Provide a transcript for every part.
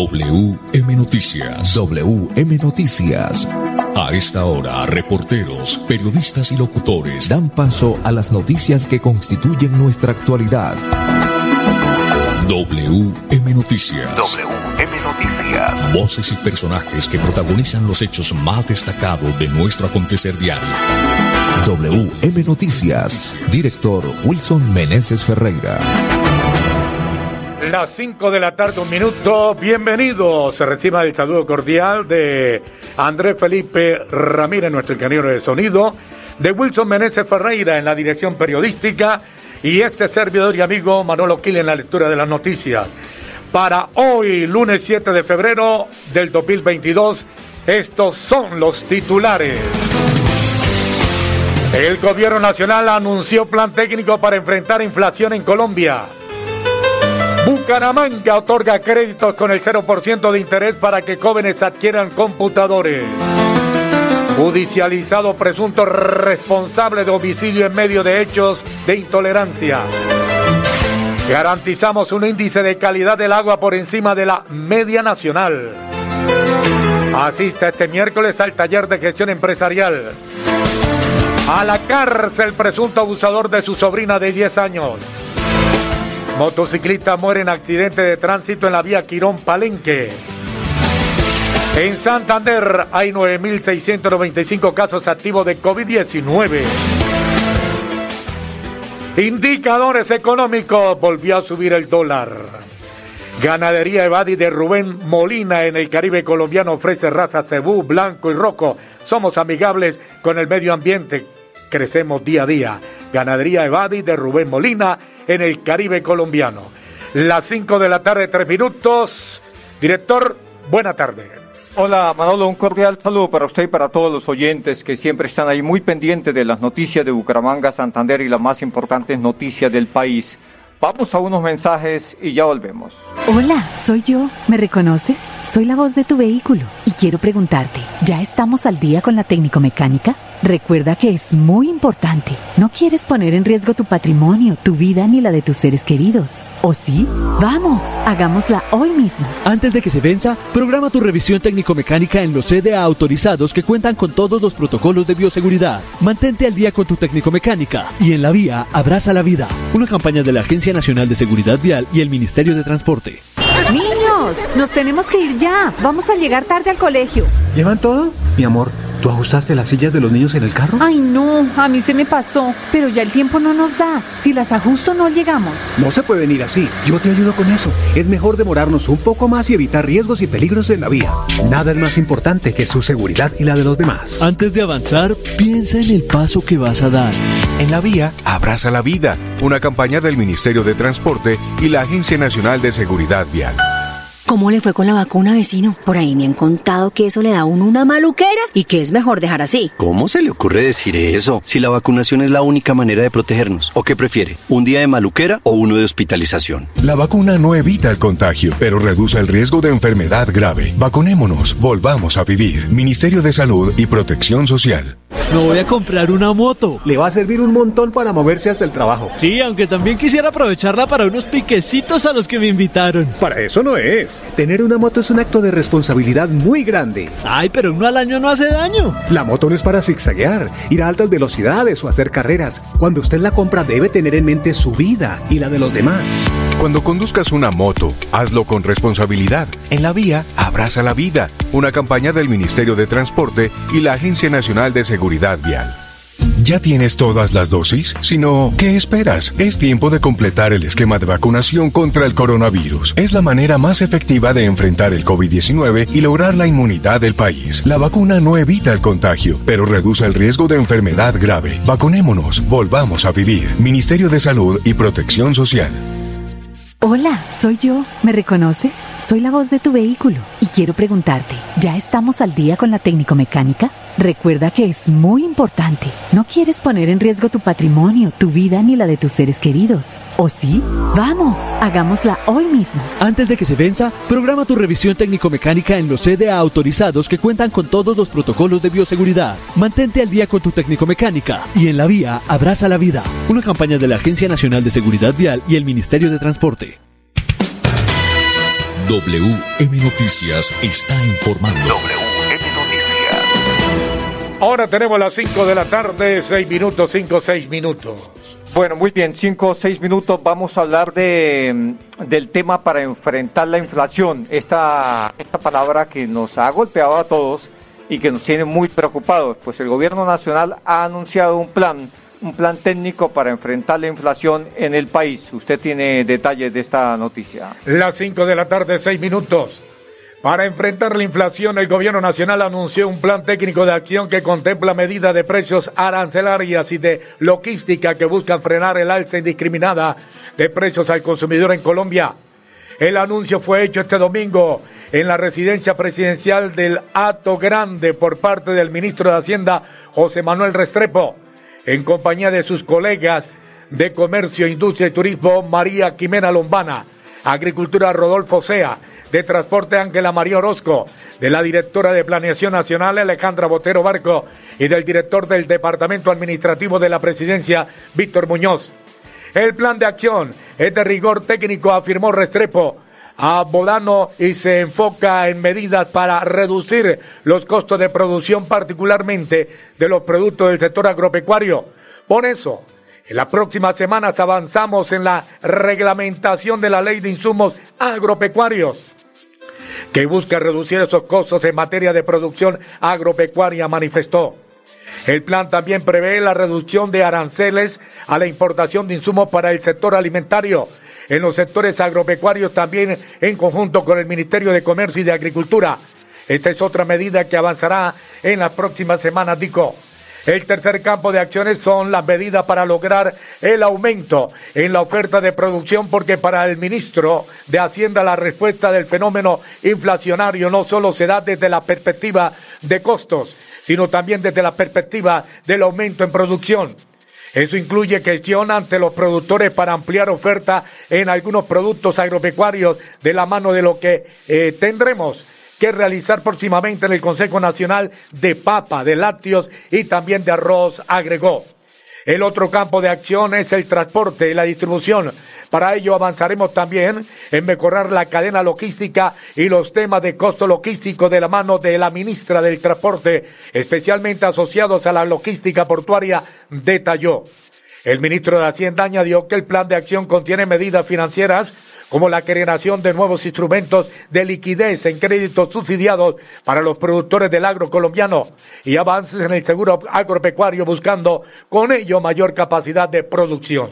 WM Noticias. WM Noticias. A esta hora, reporteros, periodistas y locutores dan paso a las noticias que constituyen nuestra actualidad. WM Noticias. WM Noticias. Voces y personajes que protagonizan los hechos más destacados de nuestro acontecer diario. WM Noticias. Director Wilson Meneses Ferreira. Las 5 de la tarde, 1 minuto. Bienvenidos. Se recibe el saludo cordial de Andrés Felipe Ramírez, nuestro ingeniero de sonido, de Wilson Meneses Ferreira en la dirección periodística y este servidor y amigo Manolo Quil en la lectura de las noticias. Para hoy, lunes 7 de febrero del 2022, estos son los titulares. El gobierno nacional anunció plan técnico para enfrentar inflación en Colombia. Bucaramanga otorga créditos con el 0% de interés para que jóvenes adquieran computadores. Judicializado presunto responsable de homicidio en medio de hechos de intolerancia. Garantizamos un índice de calidad del agua por encima de la media nacional. Asista este miércoles al taller de gestión empresarial. A la cárcel presunto abusador de su sobrina de 10 años. Motociclista muere en accidente de tránsito en la vía Quirón-Palenque. En Santander hay 9.695 casos activos de COVID-19. Indicadores económicos, volvió a subir el dólar. Ganadería Evadi de Rubén Molina en el Caribe colombiano ofrece raza cebú, blanco y rojo. Somos amigables con el medio ambiente, crecemos día a día. Ganadería Evadi de Rubén Molina en el Caribe colombiano. Las 5 de la tarde, 3 minutos. Director, buena tarde. Hola Manolo, un cordial saludo para usted y para todos los oyentes que siempre están ahí muy pendientes de las noticias de Bucaramanga, Santander y las más importantes noticias del país. Vamos a unos mensajes y ya volvemos. Hola, soy yo. ¿Me reconoces? Soy la voz de tu vehículo y quiero preguntarte, ¿ya estamos al día con la técnico-mecánica? Recuerda que es muy importante. No quieres poner en riesgo tu patrimonio, tu vida ni la de tus seres queridos. ¿O sí? Vamos, hagámosla hoy mismo. Antes de que se venza, programa tu revisión técnico-mecánica en los CDA autorizados que cuentan con todos los protocolos de bioseguridad. Mantente al día con tu técnico-mecánica y en la vía abraza la vida. Una campaña de la Agencia Nacional de Seguridad Vial y el Ministerio de Transporte. ¡Niños! Nos tenemos que ir ya. Vamos a llegar tarde al colegio. ¿Llevan todo? Mi amor, ¿tú ajustaste las sillas de los niños en el carro? Ay, no, a mí se me pasó. Pero ya el tiempo no nos da. Si las ajusto, no llegamos. No se pueden ir así. Yo te ayudo con eso. Es mejor demorarnos un poco más y evitar riesgos y peligros en la vía. Nada es más importante que su seguridad y la de los demás. Antes de avanzar, piensa en el paso que vas a dar. En la vía, abraza la vida. Una campaña del Ministerio de Transporte y la Agencia Nacional de Seguridad Vial. ¿Cómo le fue con la vacuna, vecino? Por ahí me han contado que eso le da a uno una maluquera y que es mejor dejar así. ¿Cómo se le ocurre decir eso? Si la vacunación es la única manera de protegernos. ¿O qué prefiere? ¿Un día de maluquera o uno de hospitalización? La vacuna no evita el contagio, pero reduce el riesgo de enfermedad grave. Vacunémonos, volvamos a vivir. Ministerio de Salud y Protección Social. Me voy a comprar una moto. Le va a servir un montón para moverse hasta el trabajo. Sí, aunque también quisiera aprovecharla para unos piquecitos a los que me invitaron. Para eso no es. Tener una moto es un acto de responsabilidad muy grande. Ay, pero uno al año no hace daño. La moto no es para zigzaguear, ir a altas velocidades o hacer carreras. Cuando usted la compra debe tener en mente su vida y la de los demás. Cuando conduzcas una moto, hazlo con responsabilidad. En la vía, abraza la vida. Una campaña del Ministerio de Transporte y la Agencia Nacional de Seguridad Vial. ¿Ya tienes todas las dosis? Si no, ¿qué esperas? Es tiempo de completar el esquema de vacunación contra el coronavirus. Es la manera más efectiva de enfrentar el COVID-19 y lograr la inmunidad del país. La vacuna no evita el contagio, pero reduce el riesgo de enfermedad grave. Vacunémonos, volvamos a vivir. Ministerio de Salud y Protección Social. Hola, soy yo. ¿Me reconoces? Soy la voz de tu vehículo y quiero preguntarte, ¿ya estamos al día con la técnico-mecánica? Recuerda que es muy importante. No quieres poner en riesgo tu patrimonio, tu vida ni la de tus seres queridos. ¿O sí? Vamos, hagámosla hoy mismo. Antes de que se venza, programa tu revisión técnico-mecánica en los CDA autorizados que cuentan con todos los protocolos de bioseguridad. Mantente al día con tu técnico-mecánica y en la vía abraza la vida. Una campaña de la Agencia Nacional de Seguridad Vial y el Ministerio de Transporte. WM Noticias está informando. Ahora tenemos las 5 de la tarde, 6 minutos, 6 minutos. Bueno, muy bien, 5 o 6 minutos. Vamos a hablar del tema para enfrentar la inflación. Esta palabra que nos ha golpeado a todos y que nos tiene muy preocupados. Pues el gobierno nacional ha anunciado un plan técnico para enfrentar la inflación en el país. Usted tiene detalles de esta noticia. Las 5 de la tarde, 6 minutos. Para enfrentar la inflación, el gobierno nacional anunció un plan técnico de acción que contempla medidas de precios arancelarias y de logística que buscan frenar el alza indiscriminada de precios al consumidor en Colombia. El anuncio fue hecho este domingo en la residencia presidencial del Hato Grande por parte del ministro de Hacienda, José Manuel Restrepo, en compañía de sus colegas de Comercio, Industria y Turismo, María Quimena Lombana, Agricultura, Rodolfo Sea, de Transporte, Ángela María Orozco, de la directora de Planeación Nacional, Alejandra Botero Barco, y del director del Departamento Administrativo de la Presidencia, Víctor Muñoz. El plan de acción es de rigor técnico, afirmó Restrepo a Bodano, y se enfoca en medidas para reducir los costos de producción, particularmente de los productos del sector agropecuario. Por eso, en las próximas semanas avanzamos en la reglamentación de la Ley de Insumos Agropecuarios, que busca reducir esos costos en materia de producción agropecuaria, manifestó. El plan también prevé la reducción de aranceles a la importación de insumos para el sector alimentario, en los sectores agropecuarios también en conjunto con el Ministerio de Comercio y de Agricultura. Esta es otra medida que avanzará en las próximas semanas, dijo. El tercer campo de acciones son las medidas para lograr el aumento en la oferta de producción, porque para el ministro de Hacienda la respuesta del fenómeno inflacionario no solo se da desde la perspectiva de costos, sino también desde la perspectiva del aumento en producción. Eso incluye gestión ante los productores para ampliar oferta en algunos productos agropecuarios, de la mano de lo que tendremos que realizar próximamente en el Consejo Nacional de Papa, de Lácteos y también de Arroz, agregó. El otro campo de acción es el transporte y la distribución. Para ello avanzaremos también en mejorar la cadena logística y los temas de costo logístico de la mano de la ministra del Transporte, especialmente asociados a la logística portuaria, detalló. El ministro de Hacienda añadió que el plan de acción contiene medidas financieras como la creación de nuevos instrumentos de liquidez en créditos subsidiados para los productores del agro colombiano y avances en el seguro agropecuario, buscando con ello mayor capacidad de producción.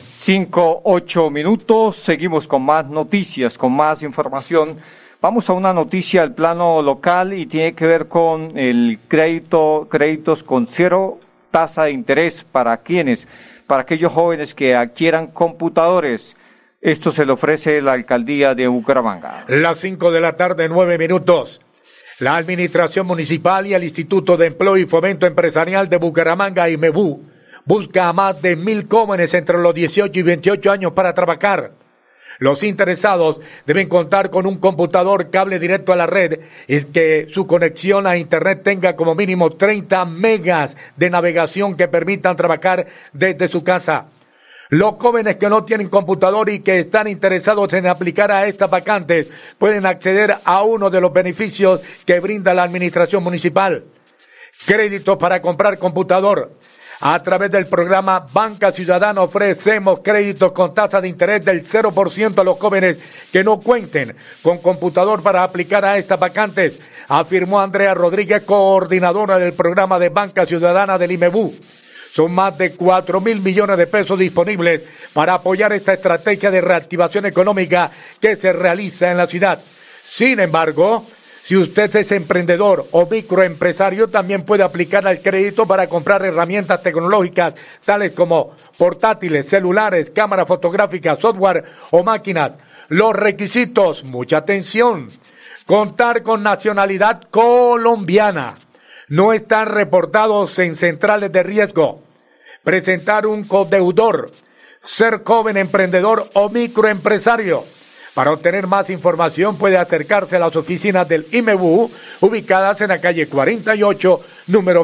5-8 minutos, seguimos con más noticias, con más información. Vamos a una noticia al plano local y tiene que ver con el créditos con cero tasa de interés. ¿Para quiénes? Para aquellos jóvenes que adquieran computadores. Esto se le ofrece la alcaldía de Bucaramanga. Las 5 de la tarde, 9 minutos. La administración municipal y el Instituto de Empleo y Fomento Empresarial de Bucaramanga, IMEBU, busca a más de 1,000 jóvenes entre los 18 y 28 años para trabajar. Los interesados deben contar con un computador, cable directo a la red, y que su conexión a internet tenga como mínimo 30 megas de navegación que permitan trabajar desde su casa. Los jóvenes que no tienen computador y que están interesados en aplicar a estas vacantes pueden acceder a uno de los beneficios que brinda la administración municipal. Créditos para comprar computador. A través del programa Banca Ciudadana ofrecemos créditos con tasa de interés del 0% a los jóvenes que no cuenten con computador para aplicar a estas vacantes, afirmó Andrea Rodríguez, coordinadora del programa de Banca Ciudadana del IMEBU. Son más de 4.000 millones de pesos disponibles para apoyar esta estrategia de reactivación económica que se realiza en la ciudad. Sin embargo, si usted es emprendedor o microempresario, también puede aplicar al crédito para comprar herramientas tecnológicas tales como portátiles, celulares, cámaras fotográficas, software o máquinas. Los requisitos, mucha atención: contar con nacionalidad colombiana, no estar reportados en centrales de riesgo, presentar un codeudor, ser joven emprendedor o microempresario. Para obtener más información puede acercarse a las oficinas del IMEBU, ubicadas en la calle 48, número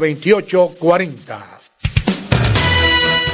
2840.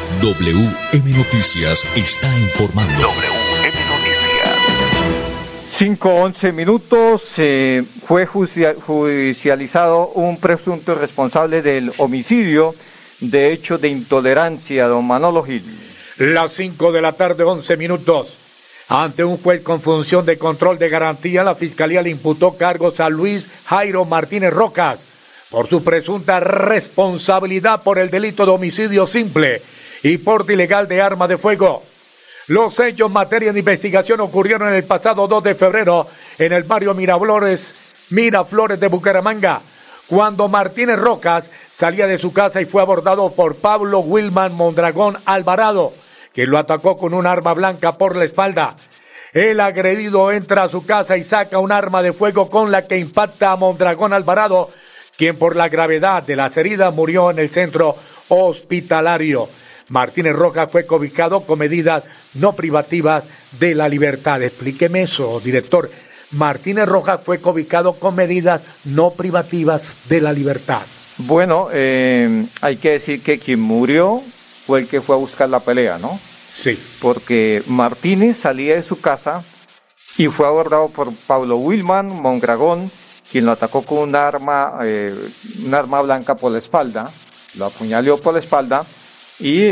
WM Noticias está informando. WM Noticias. 5:11. Fue judicializado un presunto responsable del homicidio de hecho de intolerancia, don Manolo Gil. Las 5 de la tarde, 11 minutos. Ante un juez con función de control de garantía, la Fiscalía le imputó cargos a Luis Jairo Martínez Rocas por su presunta responsabilidad por el delito de homicidio simple y porte ilegal de arma de fuego. Los hechos en materia de investigación ocurrieron el pasado 2 de febrero en el barrio Miraflores de Bucaramanga, cuando Martínez Rocas salía de su casa y fue abordado por Pablo Wilman Mondragón Alvarado, que lo atacó con un arma blanca por la espalda. El agredido entra a su casa y saca un arma de fuego con la que impacta a Mondragón Alvarado, quien por la gravedad de las heridas murió en el centro hospitalario. Martínez Rocas fue cobijado con medidas no privativas de la libertad. Explíqueme eso, director. Martínez Rocas fue cobijado con medidas no privativas de la libertad. Bueno, hay que decir que quien murió fue el que fue a buscar la pelea, ¿no? Sí. Porque Martínez salía de su casa y fue abordado por Pablo Wilman Mondragón, quien lo atacó con un arma blanca por la espalda, lo apuñaló por la espalda y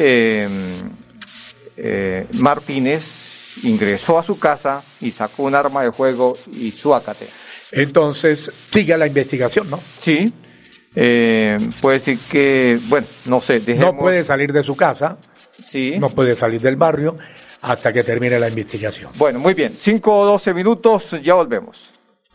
Martínez ingresó a su casa y sacó un arma de fuego y suácate. Entonces, sigue la investigación, ¿no? Sí. Puede decir que, bueno, no sé, dejemos... No puede salir de su casa, sí. No puede salir del barrio hasta que termine la investigación. Bueno, muy bien, 5:12 minutos, ya volvemos.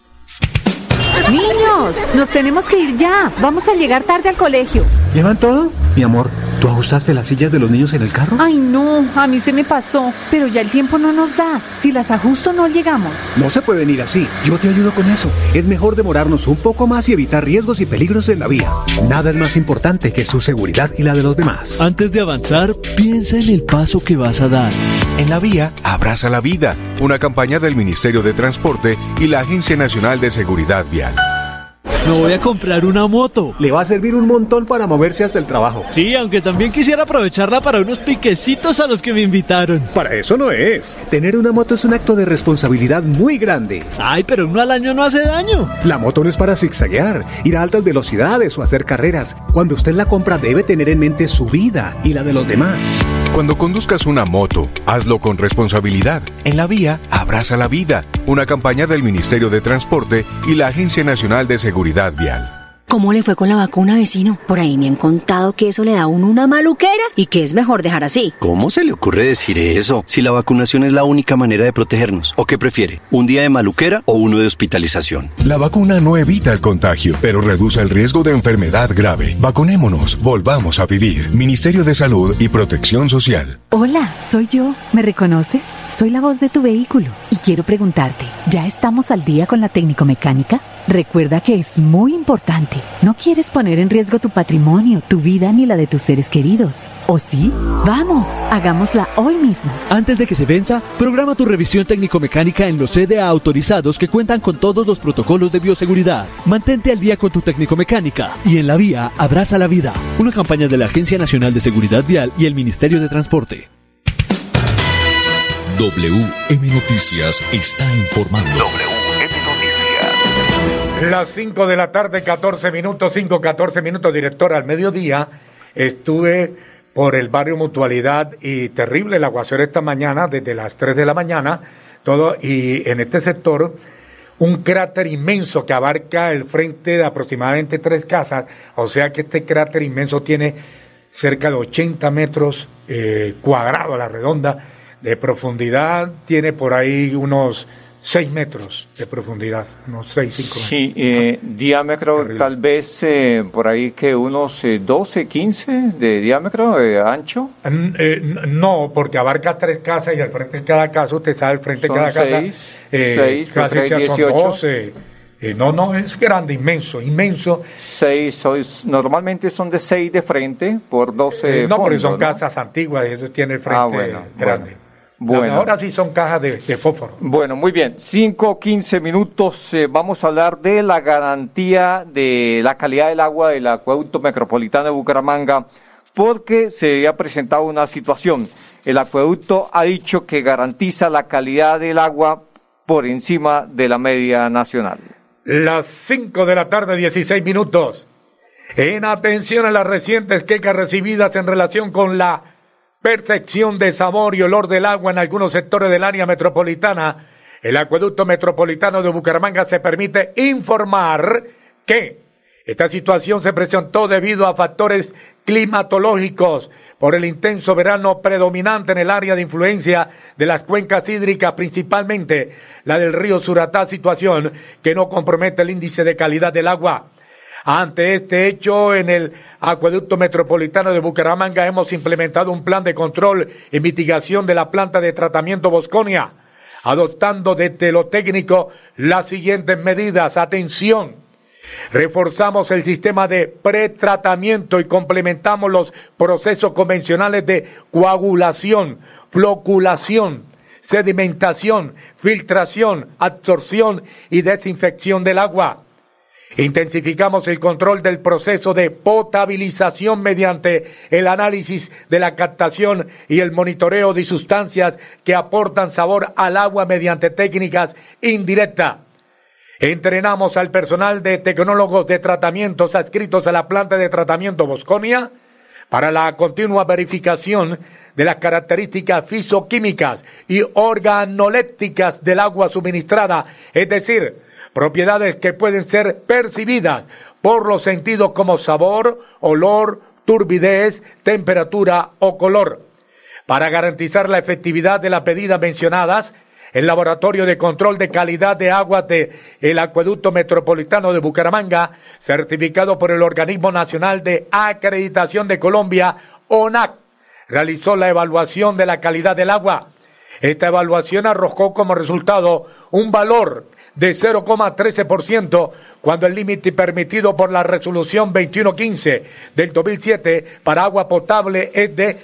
Niños, nos tenemos que ir ya. Vamos a llegar tarde al colegio. ¿Llevan todo? Mi amor, ¿tú ajustaste las sillas de los niños en el carro? Ay, no, a mí se me pasó. Pero ya el tiempo no nos da. Si las ajusto, no llegamos. No se pueden ir así. Yo te ayudo con eso. Es mejor demorarnos un poco más y evitar riesgos y peligros en la vía. Nada es más importante que su seguridad y la de los demás. Antes de avanzar, piensa en el paso que vas a dar. En la vía, abraza la vida. Una campaña del Ministerio de Transporte y la Agencia Nacional de Seguridad Vial. Me voy a comprar una moto. Le va a servir un montón para moverse hasta el trabajo. Sí, aunque también quisiera aprovecharla para unos piquecitos a los que me invitaron. Para eso no es. Tener una moto es un acto de responsabilidad muy grande. Ay, pero uno al año no hace daño. La moto no es para zigzaguear, ir a altas velocidades o hacer carreras. Cuando usted la compra debe tener en mente su vida y la de los demás. Cuando conduzcas una moto, hazlo con responsabilidad. En la vía, abraza la vida. Una campaña del Ministerio de Transporte y la Agencia Nacional de Seguridad Vial. ¿Cómo le fue con la vacuna, vecino? Por ahí me han contado que eso le da a uno una maluquera y que es mejor dejar así. ¿Cómo se le ocurre decir eso? Si la vacunación es la única manera de protegernos. ¿O qué prefiere? ¿Un día de maluquera o uno de hospitalización? La vacuna no evita el contagio, pero reduce el riesgo de enfermedad grave. Vacunémonos, volvamos a vivir. Ministerio de Salud y Protección Social. Hola, soy yo. ¿Me reconoces? Soy la voz de tu vehículo. Y quiero preguntarte, ¿ya estamos al día con la técnico-mecánica? Recuerda que es muy importante. No quieres poner en riesgo tu patrimonio, tu vida ni la de tus seres queridos. ¿O sí? Vamos, hagámosla hoy mismo. Antes de que se venza, programa tu revisión técnico-mecánica en los CDA autorizados que cuentan con todos los protocolos de bioseguridad. Mantente al día con tu técnico-mecánica y en la vía, abraza la vida. Una campaña de la Agencia Nacional de Seguridad Vial y el Ministerio de Transporte. WM Noticias está informando. Las 5 de la tarde, 14 minutos, 5:14 minutos, director, al mediodía estuve por el barrio Mutualidad y terrible el aguacero esta mañana, desde las 3 de la mañana, todo, y en este sector, un cráter inmenso que abarca el frente de aproximadamente 3 casas, o sea que este cráter inmenso tiene cerca de 80 metros cuadrados a la redonda de profundidad, tiene por ahí unos 6 metros de profundidad, unos 6, 5 metros. Sí, diámetro terrible. Tal vez por ahí que unos 12, 15 de diámetro, ancho. No, porque abarca 3 casas y al frente de cada casa, usted sabe, al frente de cada casa. 6, casi 18. 12. No, es grande, inmenso. 6, normalmente son de 6 de frente por 12 no, porque son casas antiguas y eso tiene el frente grande. Bueno. Ahora sí son cajas de fósforo. Bueno, muy bien. 5:15 minutos. Vamos a hablar de la garantía de la calidad del agua del acueducto metropolitano de Bucaramanga, porque se ha presentado una situación. El acueducto ha dicho que garantiza la calidad del agua por encima de la media nacional. Las 5 de la tarde, 16 minutos. En atención a las recientes quejas recibidas en relación con la percepción de sabor y olor del agua en algunos sectores del área metropolitana, el Acueducto Metropolitano de Bucaramanga se permite informar que esta situación se presentó debido a factores climatológicos por el intenso verano predominante en el área de influencia de las cuencas hídricas, principalmente la del río Suratá, situación que no compromete el índice de calidad del agua. Ante este hecho, en el Acueducto Metropolitano de Bucaramanga hemos implementado un plan de control y mitigación de la planta de tratamiento Bosconia, adoptando desde lo técnico las siguientes medidas. Atención, reforzamos el sistema de pretratamiento y complementamos los procesos convencionales de coagulación, floculación, sedimentación, filtración, absorción y desinfección del agua. Intensificamos el control del proceso de potabilización mediante el análisis de la captación y el monitoreo de sustancias que aportan sabor al agua mediante técnicas indirectas. Entrenamos al personal de tecnólogos de tratamientos adscritos a la planta de tratamiento Bosconia para la continua verificación de las características fisoquímicas y organolépticas del agua suministrada, es decir, propiedades que pueden ser percibidas por los sentidos como sabor, olor, turbidez, temperatura o color. Para garantizar la efectividad de las medidas mencionadas, el Laboratorio de Control de Calidad de Agua del Acueducto Metropolitano de Bucaramanga, certificado por el Organismo Nacional de Acreditación de Colombia, ONAC, realizó la evaluación de la calidad del agua. Esta evaluación arrojó como resultado un valor de 0,13%, cuando el límite permitido por la resolución 2115 del 2007 para agua potable es de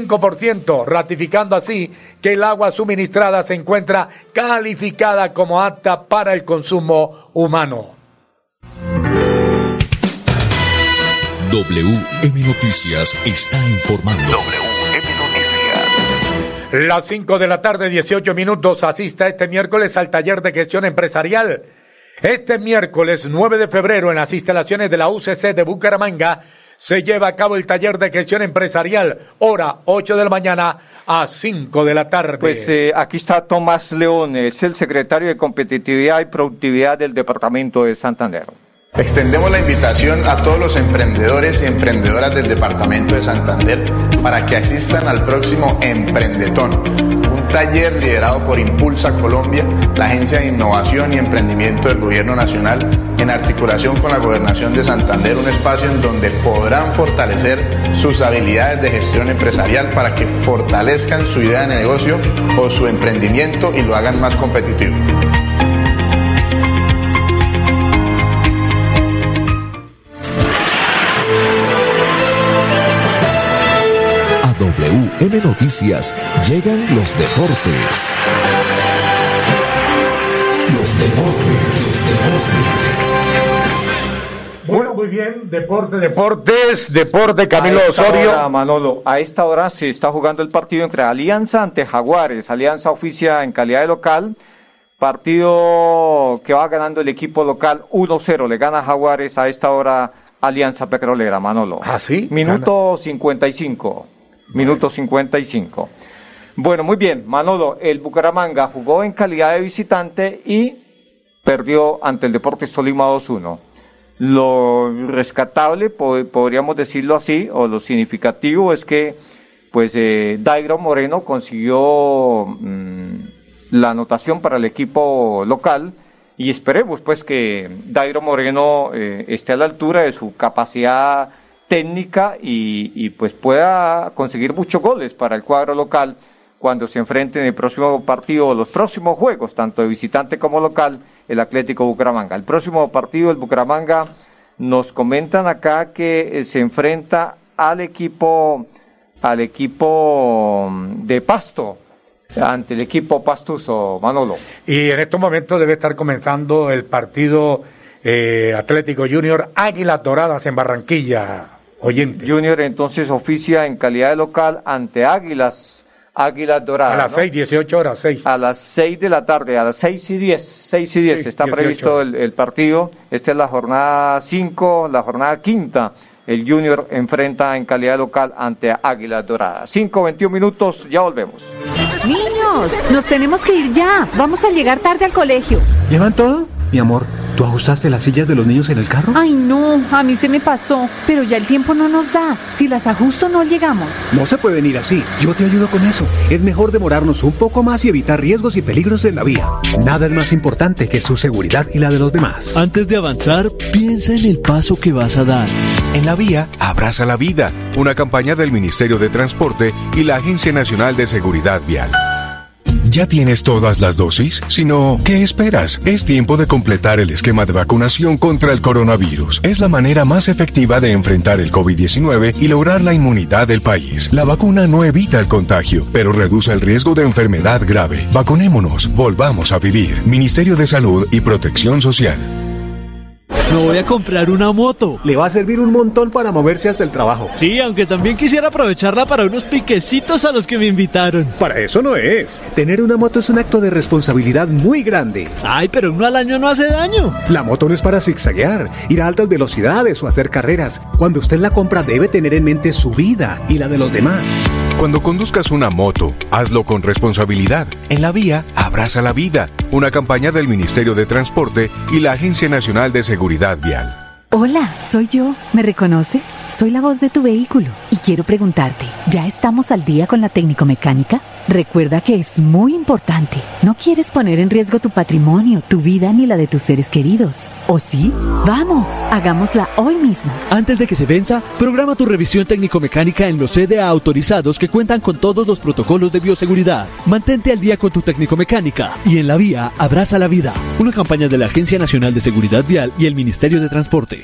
5%, ratificando así que el agua suministrada se encuentra calificada como apta para el consumo humano. WM Noticias está informando. Las 5 de la tarde, 18 minutos, asista este miércoles al taller de gestión empresarial. Este miércoles 9 de febrero en las instalaciones de la UCC de Bucaramanga se lleva a cabo el taller de gestión empresarial, hora 8 de la mañana a 5 de la tarde. Pues aquí está Tomás León, es el secretario de Competitividad y Productividad del Departamento de Santander. Extendemos la invitación a todos los emprendedores y emprendedoras del Departamento de Santander para que asistan al próximo Emprendetón, un taller liderado por Impulsa Colombia, la Agencia de Innovación y Emprendimiento del Gobierno Nacional, en articulación con la Gobernación de Santander, un espacio en donde podrán fortalecer sus habilidades de gestión empresarial para que fortalezcan su idea de negocio o su emprendimiento y lo hagan más competitivo. WM Noticias llegan los deportes. Los deportes. Bueno, muy bien, deporte, Camilo Osorio. Hora, Manolo, a esta hora se está jugando el partido entre Alianza ante Jaguares. Alianza oficia en calidad de local, partido que va ganando el equipo local 1-0, le gana Jaguares a esta hora Alianza Petrolera, Manolo. ¿Ah, sí? Minuto 55. Bueno, muy bien, Manolo, el Bucaramanga jugó en calidad de visitante y perdió ante el Deportes Tolima 2-1. Lo rescatable, podríamos decirlo así, o lo significativo es que, pues, Dairo Moreno consiguió la anotación para el equipo local y esperemos, pues, que Dairo Moreno esté a la altura de su capacidad técnica y pues pueda conseguir muchos goles para el cuadro local cuando se enfrente en el próximo partido, los próximos juegos, tanto de visitante como local, el Atlético Bucaramanga. El próximo partido, el Bucaramanga, nos comentan acá que se enfrenta al equipo de Pasto, ante el equipo pastuso, Manolo. Y en estos momentos debe estar comenzando el partido Atlético Junior Águilas Doradas en Barranquilla. Oyente. Junior entonces oficia en calidad de local ante Águilas Águilas Doradas. A las 6, 18 horas, 6. A las 6 de la tarde, a las 6:10 Sí, está previsto el partido. Esta es la jornada 5, la jornada quinta. El Junior enfrenta en calidad local ante Águilas Doradas. 5:21 minutos, ya volvemos. Niños, nos tenemos que ir ya. Vamos a llegar tarde al colegio. ¿Llevan todo? Mi amor, ¿tú ajustaste las sillas de los niños en el carro? Ay, no, a mí se me pasó. Pero ya el tiempo no nos da. Si las ajusto, no llegamos. No se pueden ir así. Yo te ayudo con eso. Es mejor demorarnos un poco más y evitar riesgos y peligros en la vía. Nada es más importante que su seguridad y la de los demás. Antes de avanzar, piensa en el paso que vas a dar. En la vía, abraza la vida. Una campaña del Ministerio de Transporte y la Agencia Nacional de Seguridad Vial. ¿Ya tienes todas las dosis? Si no, ¿qué esperas? Es tiempo de completar el esquema de vacunación contra el coronavirus. Es la manera más efectiva de enfrentar el COVID-19 y lograr la inmunidad del país. La vacuna no evita el contagio, pero reduce el riesgo de enfermedad grave. Vacunémonos, volvamos a vivir. Ministerio de Salud y Protección Social. Me voy a comprar una moto. Le va a servir un montón para moverse hasta el trabajo. Sí, aunque también quisiera aprovecharla para unos piquecitos a los que me invitaron. Para eso no es. Tener una moto es un acto de responsabilidad muy grande. Ay, pero uno al año no hace daño. La moto no es para zigzaguear, ir a altas velocidades o hacer carreras. Cuando usted la compra debe tener en mente su vida y la de los demás. Cuando conduzcas una moto, hazlo con responsabilidad. En la vía, abraza la vida. Una campaña del Ministerio de Transporte y la Agencia Nacional de Seguridad Vial. Hola, soy yo. ¿Me reconoces? Soy la voz de tu vehículo. Y quiero preguntarte, ¿ya estamos al día con la técnico-mecánica? Recuerda que es muy importante. No quieres poner en riesgo tu patrimonio, tu vida ni la de tus seres queridos. ¿O sí? Vamos, hagámosla hoy mismo. Antes de que se venza, programa tu revisión técnico-mecánica en los CDA autorizados que cuentan con todos los protocolos de bioseguridad. Mantente al día con tu técnico-mecánica. Y en la vía, abraza la vida. Una campaña de la Agencia Nacional de Seguridad Vial y el Ministerio de Transporte.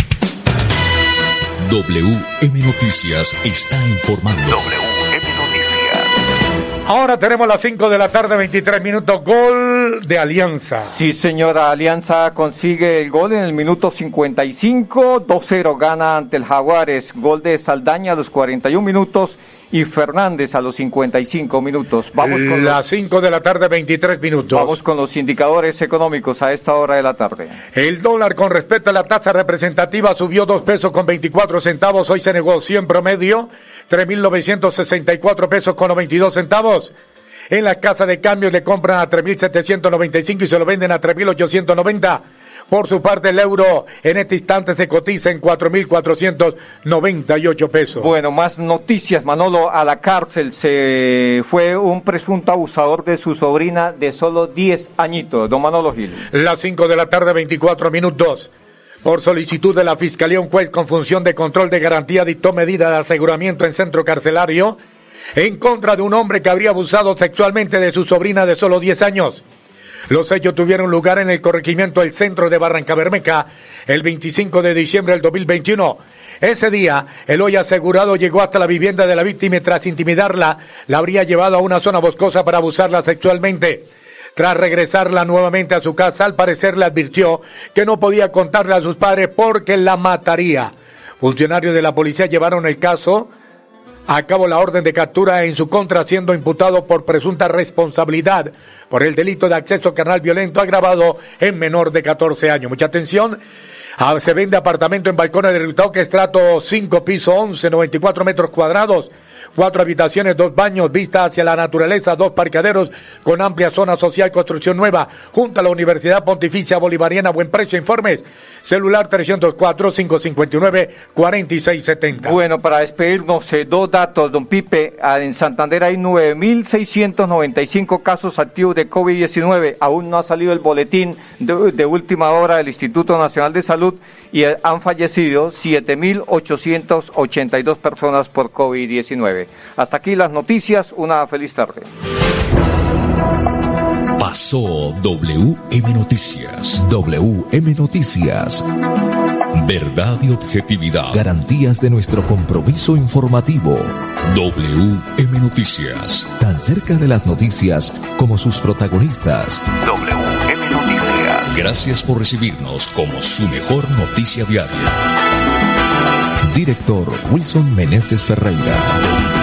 WM Noticias está informando. WM Noticias. Ahora tenemos las 5 de la tarde, 23 minutos. Gol de Alianza. Sí, señora. Alianza consigue el gol en el minuto 55. 2-0 gana ante el Jaguares. Gol de Saldaña a los 41 minutos y Fernández a los 55 minutos. Vamos con las 5 de la tarde, 23 minutos. Vamos con los indicadores económicos a esta hora de la tarde. El dólar con respecto a la tasa representativa subió 2 pesos con 24 centavos. Hoy se negoció en promedio 3.964 pesos con 92 centavos. En la casa de cambios le compran a 3.795 y se lo venden a 3.890. Por su parte, el euro en este instante se cotiza en 4.498 pesos. Bueno, más noticias, Manolo. A la cárcel se fue un presunto abusador de su sobrina de solo 10 añitos. Don Manolo Gil. Las 5 de la tarde, 24 minutos. Por solicitud de la Fiscalía, un juez con función de control de garantía dictó medida de aseguramiento en centro carcelario en contra de un hombre que habría abusado sexualmente de su sobrina de solo 10 años. Los hechos tuvieron lugar en el corregimiento del centro de Barrancabermeja el 25 de diciembre del 2021. Ese día, el hoy asegurado llegó hasta la vivienda de la víctima y tras intimidarla, la habría llevado a una zona boscosa para abusarla sexualmente. Tras regresarla nuevamente a su casa, al parecer le advirtió que no podía contarle a sus padres porque la mataría. Funcionarios de la policía llevaron el caso a cabo la orden de captura en su contra, siendo imputado por presunta responsabilidad por el delito de acceso carnal violento agravado en menor de 14 años. Mucha atención. Se vende apartamento en Balcones de Ritauque, estrato 5, piso 11, 94 metros cuadrados. 4 habitaciones, 2 baños, vista hacia la naturaleza, 2 parqueaderos con amplia zona social, construcción nueva, junto a la Universidad Pontificia Bolivariana. Buen precio, informes. Celular 304-559-4670. Bueno, para despedirnos, 2 datos, don Pipe. En Santander hay 9.695 casos activos de COVID-19. Aún no ha salido el boletín de última hora del Instituto Nacional de Salud y han fallecido 7.882 personas por COVID-19. Hasta aquí las noticias, una feliz tarde. Pasó WM Noticias. WM Noticias. Verdad y objetividad. Garantías de nuestro compromiso informativo. WM Noticias. Tan cerca de las noticias como sus protagonistas. WM Noticias. Gracias por recibirnos como su mejor noticia diaria. Director Wilson Meneses Ferreira.